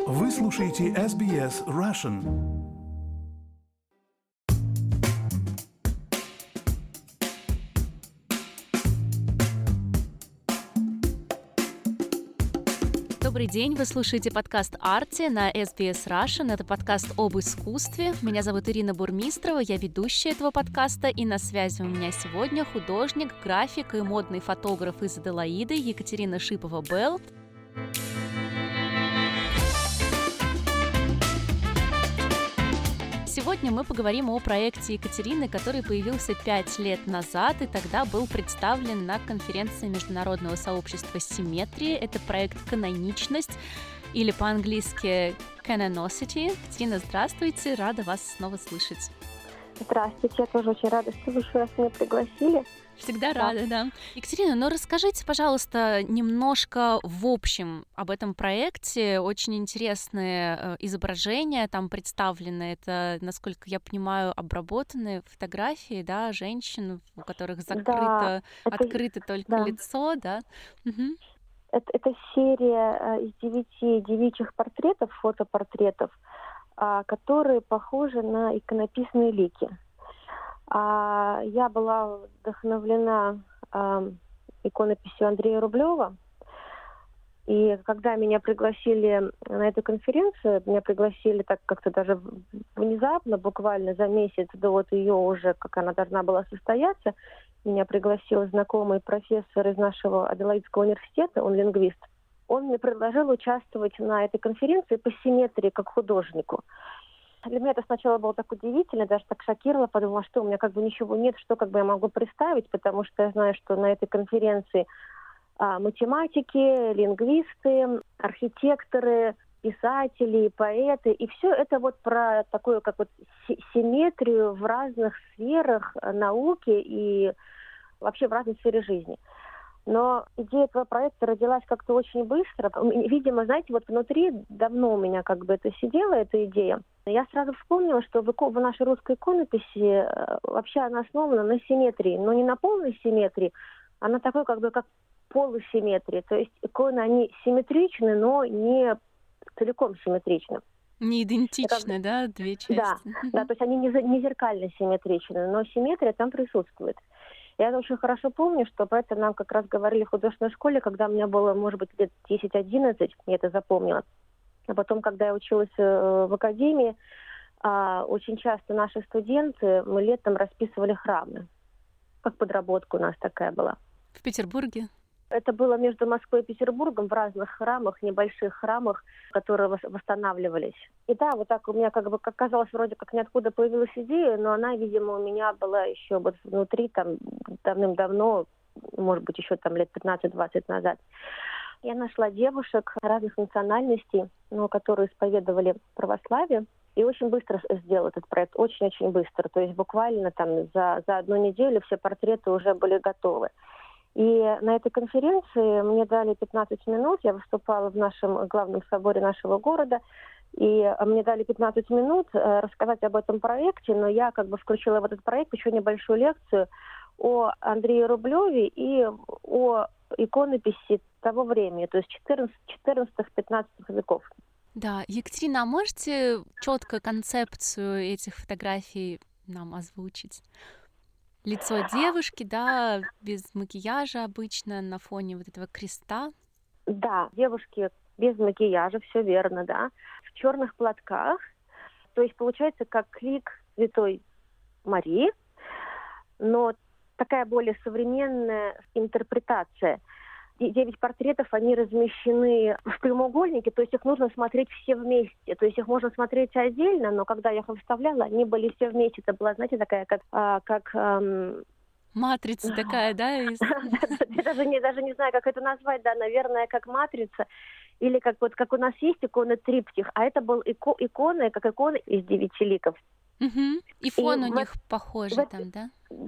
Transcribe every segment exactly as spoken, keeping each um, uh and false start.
Вы слушаете эс би эс Russian. Добрый день, вы слушаете подкаст «Арти» на эс би эс Russian. Это подкаст об искусстве. Меня зовут Ирина Бурмистрова, я ведущая этого подкаста, и на связи у меня сегодня художник, график и модный фотограф из Аделаиды Екатерина Шипова-Белл. Сегодня мы поговорим о проекте Екатерины, который появился пять лет назад и тогда был представлен на конференции международного сообщества «Симметрии». Это проект «Каноничность» или по-английски «Canonicity». Екатерина, здравствуйте, рада вас снова слышать. Здравствуйте, я тоже очень рада, что вы еще раз меня пригласили. Всегда рада, да. Екатерина, ну расскажите, пожалуйста, немножко в общем об этом проекте. Очень интересные изображения там представлены. Это, насколько я понимаю, обработанные фотографии, да, женщин, у которых закрыто, да, открыто это, только да. лицо, да. Угу. Это, это серия из девяти девичьих портретов, фотопортретов, которые похожи на иконописные лики. А я была вдохновлена э, иконописью Андрея Рублева. И когда меня пригласили на эту конференцию, меня пригласили так как-то даже внезапно, буквально за месяц до вот ее уже, как она должна была состояться, меня пригласил знакомый профессор из нашего Аделаидского университета, он лингвист. Он мне предложил участвовать на этой конференции по симметрии как художнику. Для меня это сначала было так удивительно, даже так шокировало, подумала, что у меня как бы ничего нет, что как бы я могу представить, потому что я знаю, что на этой конференции а, математики, лингвисты, архитекторы, писатели, поэты, и все это вот про такую как вот симметрию в разных сферах науки и вообще в разной сфере жизни. Но идея этого проекта родилась как-то очень быстро. Видимо, знаете, вот внутри давно у меня как бы это сидела, эта идея. Я сразу вспомнила, что в, в нашей русской иконописи вообще она основана на симметрии, но не на полной симметрии, а на такой как бы как полусимметрии. То есть иконы, они симметричны, но не целиком симметричны. Не идентичны, это, да, две части? Да, да, то есть они не, не зеркально симметричны, но симметрия там присутствует. Я очень хорошо помню, что про это нам как раз говорили в художественной школе, когда у меня было, может быть, лет десять-одиннадцать, я это запомнила. А потом, когда я училась в академии, очень часто наши студенты, мы летом расписывали храмы. Как подработка у нас такая была. В Петербурге? Это было между Москвой и Петербургом в разных храмах, небольших храмах, которые восстанавливались. И да, вот так у меня как бы, как казалось, вроде как ниоткуда появилась идея, но она, видимо, у меня была еще вот внутри там давным-давно, может быть, еще там лет пятнадцать-двадцать назад. Я нашла девушек разных национальностей, ну, которые исповедовали православие, и очень быстро сделал этот проект, очень-очень быстро. То есть буквально там за, за одну неделю все портреты уже были готовы. И на этой конференции мне дали пятнадцать минут, я выступала в нашем главном соборе нашего города, и мне дали пятнадцать минут рассказать об этом проекте, но я как бы включила в этот проект еще небольшую лекцию о Андрее Рублеве и о иконописи того времени, то есть четырнадцатого-пятнадцатого веков. Да, Екатерина, а можете четко концепцию этих фотографий нам озвучить? Лицо девушки, да, без макияжа обычно, на фоне вот этого креста. Да, девушки без макияжа, все верно, да. В черных платках. То есть получается как лик Святой Марии, но такая более современная интерпретация. Девять портретов, они размещены в прямоугольнике, то есть их нужно смотреть все вместе. То есть их можно смотреть отдельно, но когда я их выставляла, они были все вместе. Это была, знаете, такая как... А, как ам... матрица такая, да? Я даже не, даже не знаю, как это назвать, да, наверное, как матрица. Или как вот как у нас есть иконы триптих, а это был ико, иконы, как иконы из девяти ликов. Угу. И фон и у них в, похожий в, там, да?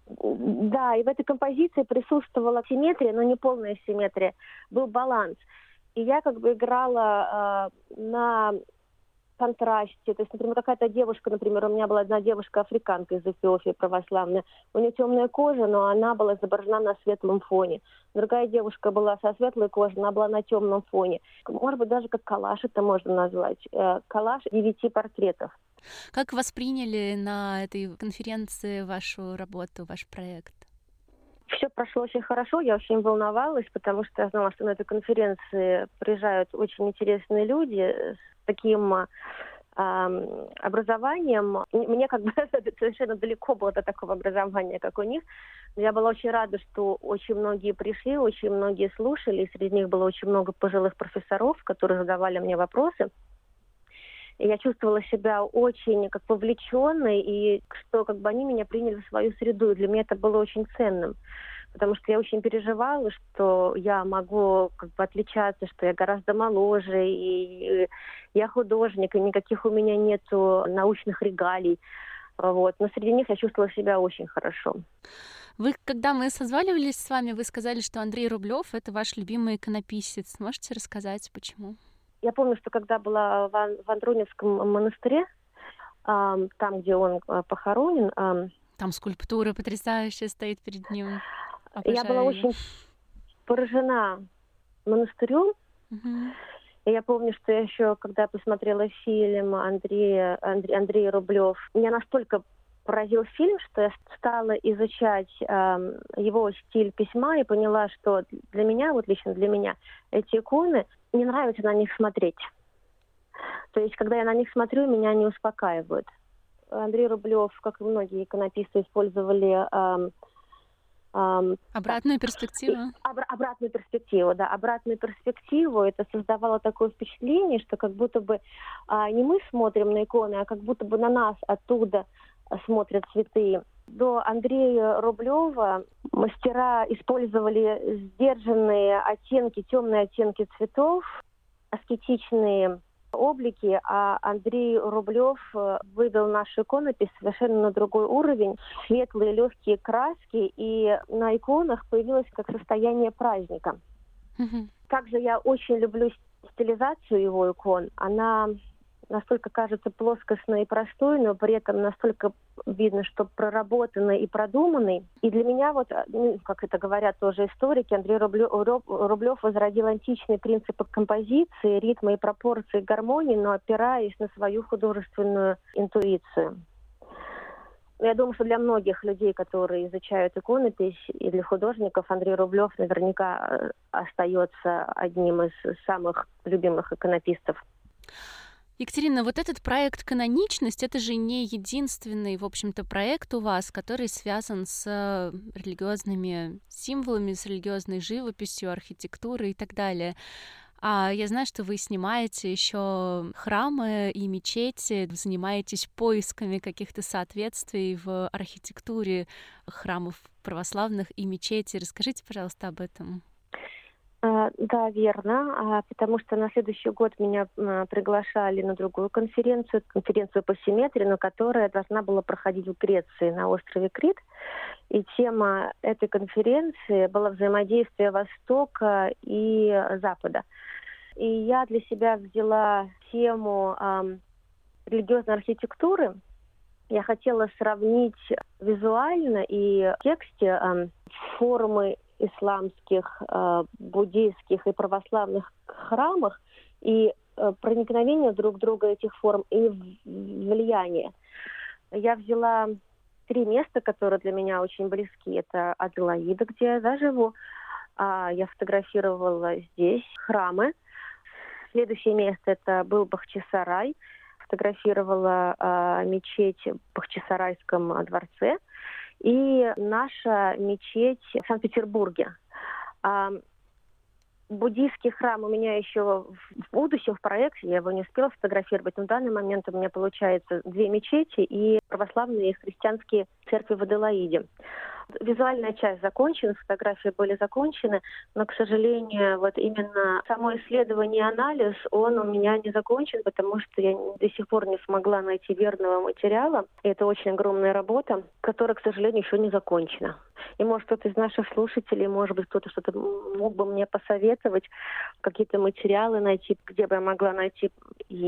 Да, и в этой композиции присутствовала симметрия, но не полная симметрия, был баланс. И я как бы играла э, на контрасте. То есть, например, какая-то девушка, например, у меня была одна девушка-африканка из Эфиопии православная. У нее темная кожа, но она была изображена на светлом фоне. Другая девушка была со светлой кожей, она была на темном фоне. Может быть, даже как коллаж это можно назвать. Коллаж девяти портретов. Как восприняли на этой конференции вашу работу, ваш проект? Все прошло очень хорошо, я очень волновалась, потому что я знала, что на эту конференцию приезжают очень интересные люди с таким э, образованием. Мне как бы совершенно далеко было до такого образования, как у них. Но я была очень рада, что очень многие пришли, очень многие слушали, и среди них было очень много пожилых профессоров, которые задавали мне вопросы. И я чувствовала себя очень как вовлеченной, и что как бы они меня приняли в свою среду. И для меня это было очень ценным. Потому что я очень переживала, что я могу как бы отличаться, что я гораздо моложе, и я художник, и никаких у меня нету научных регалий. Вот. Но среди них я чувствовала себя очень хорошо. Вы, когда мы созванивались с вами, вы сказали, что Андрей Рублев — это ваш любимый иконописец. Можете рассказать, почему? Я помню, что когда была в Андруневском монастыре, там, где он похоронен... Там скульптура потрясающая стоит перед ним. Обожаю. Я была очень поражена монастырем. Угу. И я помню, что я еще, когда посмотрела фильм Андрея, Андрей, Андрей Рублев, меня настолько поразил фильм, что я стала изучать э, его стиль письма и поняла, что для меня, вот лично для меня, эти иконы, не нравится на них смотреть. То есть, когда я на них смотрю, меня они успокаивают. Андрей Рублев, как и многие иконописцы, использовали э, э, обратную перспективу. Об, обратную перспективу, да, обратную перспективу. Это создавало такое впечатление, что как будто бы э, не мы смотрим на иконы, а как будто бы на нас оттуда смотрят святые. До Андрея Рублева мастера использовали сдержанные оттенки, темные оттенки цветов, аскетичные облики, а Андрей Рублев вывел нашу иконопись совершенно на другой уровень. Светлые, легкие краски, и на иконах появилось как состояние праздника. Mm-hmm. Также я очень люблю стилизацию его икон. Она настолько кажется плоскостной и простой, но при этом настолько видно, что проработанный и продуманный. И для меня, вот, ну, как это говорят тоже историки, Андрей Рублев, Рублев возродил античные принципы композиции, ритма и пропорции гармонии, но опираясь на свою художественную интуицию. Я думаю, что для многих людей, которые изучают иконопись, и для художников Андрей Рублев наверняка остается одним из самых любимых иконописцев. Екатерина, вот этот проект «Каноничность» — это же не единственный, в общем-то, проект у вас, который связан с религиозными символами, с религиозной живописью, архитектурой и так далее. А я знаю, что вы снимаете еще храмы и мечети, занимаетесь поисками каких-то соответствий в архитектуре храмов православных и мечетей. Расскажите, пожалуйста, об этом. Да, верно, потому что на следующий год меня приглашали на другую конференцию, конференцию по симметрии, но которая должна была проходить в Греции, на острове Крит. И тема этой конференции была взаимодействие Востока и Запада. И я для себя взяла тему э, религиозной архитектуры. Я хотела сравнить визуально и в тексте э, формы исламских, э, буддийских и православных храмах и э, проникновение друг друга этих форм и влияние. Я взяла три места, которые для меня очень близки. Это Аделаида, где я да, живу. А, я фотографировала здесь храмы. Следующее место это был Бахчисарай. Фотографировала а, мечеть в Бахчисарайском дворце. И наша мечеть в Санкт-Петербурге. А, буддийский храм у меня еще в будущем в проекте, я его не успела сфотографировать, но в данный момент у меня получается две мечети и православные и христианские церкви в Аделаиде. Визуальная часть закончена, фотографии были закончены, но, к сожалению, вот именно само исследование и анализ, он у меня не закончен, потому что я до сих пор не смогла найти верного материала. И это очень огромная работа, которая, к сожалению, еще не закончена. И, может, кто-то из наших слушателей, может быть, кто-то что-то мог бы мне посоветовать, какие-то материалы найти, где бы я могла найти и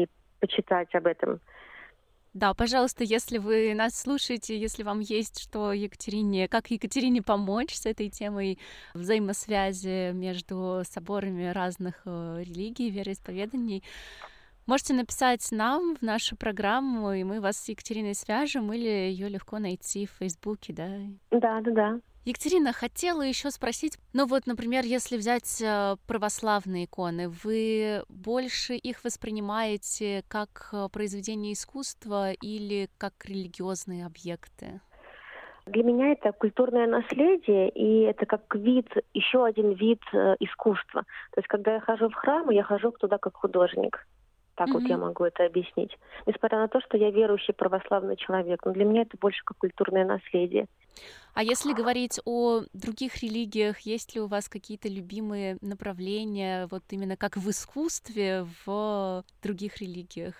почитать об этом. Да, пожалуйста, если вы нас слушаете, если вам есть что Екатерине, как Екатерине помочь с этой темой взаимосвязи между соборами разных религий, вероисповеданий, можете написать нам в нашу программу, и мы вас с Екатериной свяжем, или ее легко найти в Фейсбуке, да? Да, да, да. Екатерина, хотела еще спросить, ну вот, например, если взять православные иконы, вы больше их воспринимаете как произведение искусства или как религиозные объекты? Для меня это культурное наследие, и это как вид, еще один вид искусства. То есть, когда я хожу в храм, я хожу туда как художник. Так mm-hmm. вот я могу это объяснить. Несмотря на то, что я верующий православный человек, но для меня это больше как культурное наследие. А если говорить о других религиях, есть ли у вас какие-то любимые направления, вот именно как в искусстве в других религиях?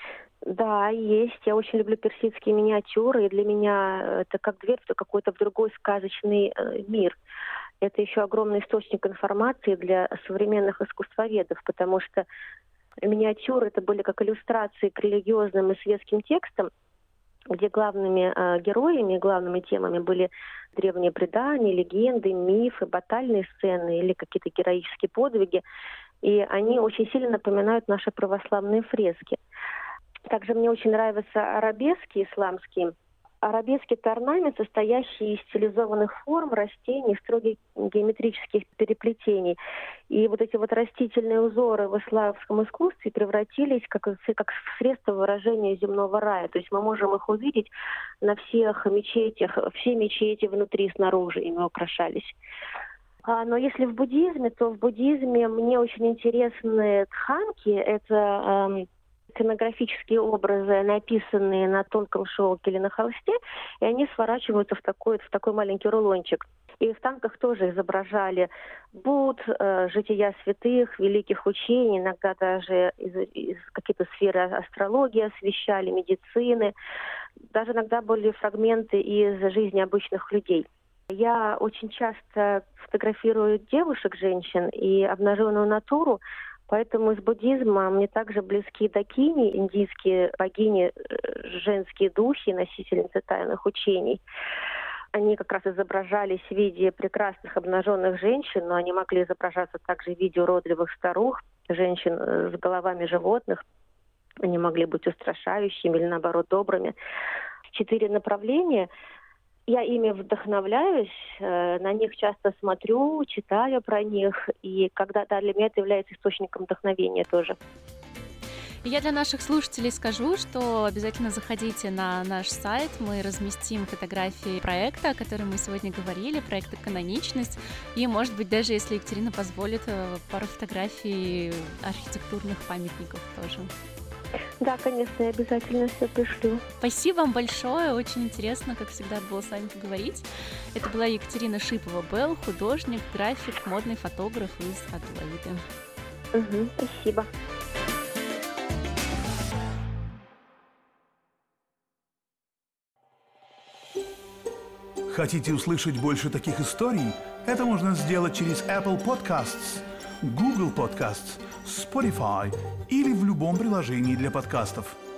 Да, есть. Я очень люблю персидские миниатюры, и для меня это как дверь в какой-то в другой сказочный мир. Это еще огромный источник информации для современных искусствоведов, потому что миниатюры это были как иллюстрации к религиозным и светским текстам, где главными э, героями, главными темами были древние предания, легенды, мифы, батальные сцены или какие-то героические подвиги. И они очень сильно напоминают наши православные фрески. Также мне очень нравятся арабески исламские. Арабески — это орнамент, состоящий из стилизованных форм, растений, строгих геометрических переплетений. И вот эти вот растительные узоры в исламском искусстве превратились как, как в средство выражения земного рая. То есть мы можем их увидеть на всех мечетях, все мечети внутри и снаружи ими украшались. А, но если в буддизме, то в буддизме мне очень интересны тханки. Это эм, иконографические образы, написанные на тонком шелке или на холсте, и они сворачиваются в такой, в такой маленький рулончик. И в танках тоже изображали Будд, э, жития святых, великих учений, иногда даже из, из какие-то сферы астрологии освещали, медицины. Даже иногда были фрагменты из жизни обычных людей. Я очень часто фотографирую девушек, женщин и обнаженную натуру, поэтому из буддизма мне также близки дакини, индийские богини, женские духи, носительницы тайных учений. Они как раз изображались в виде прекрасных обнаженных женщин, но они могли изображаться также в виде уродливых старух, женщин с головами животных. Они могли быть устрашающими или, наоборот, добрыми. Четыре направления. Я ими вдохновляюсь, на них часто смотрю, читаю про них, и когда-то для меня это является источником вдохновения тоже. Я для наших слушателей скажу, что обязательно заходите на наш сайт, мы разместим фотографии проекта, о котором мы сегодня говорили, проекта «Каноничность», и, может быть, даже, если Екатерина позволит, пару фотографий архитектурных памятников тоже. Да, конечно, я обязательно все пришлю. Спасибо вам большое, очень интересно, как всегда, было с вами поговорить. Это была Екатерина Шипова-Белл, художник, график, модный фотограф из Аделаиды. Угу, спасибо. Хотите услышать больше таких историй? Это можно сделать через Apple Podcasts, Google Podcasts, Spotify или в любом приложении для подкастов.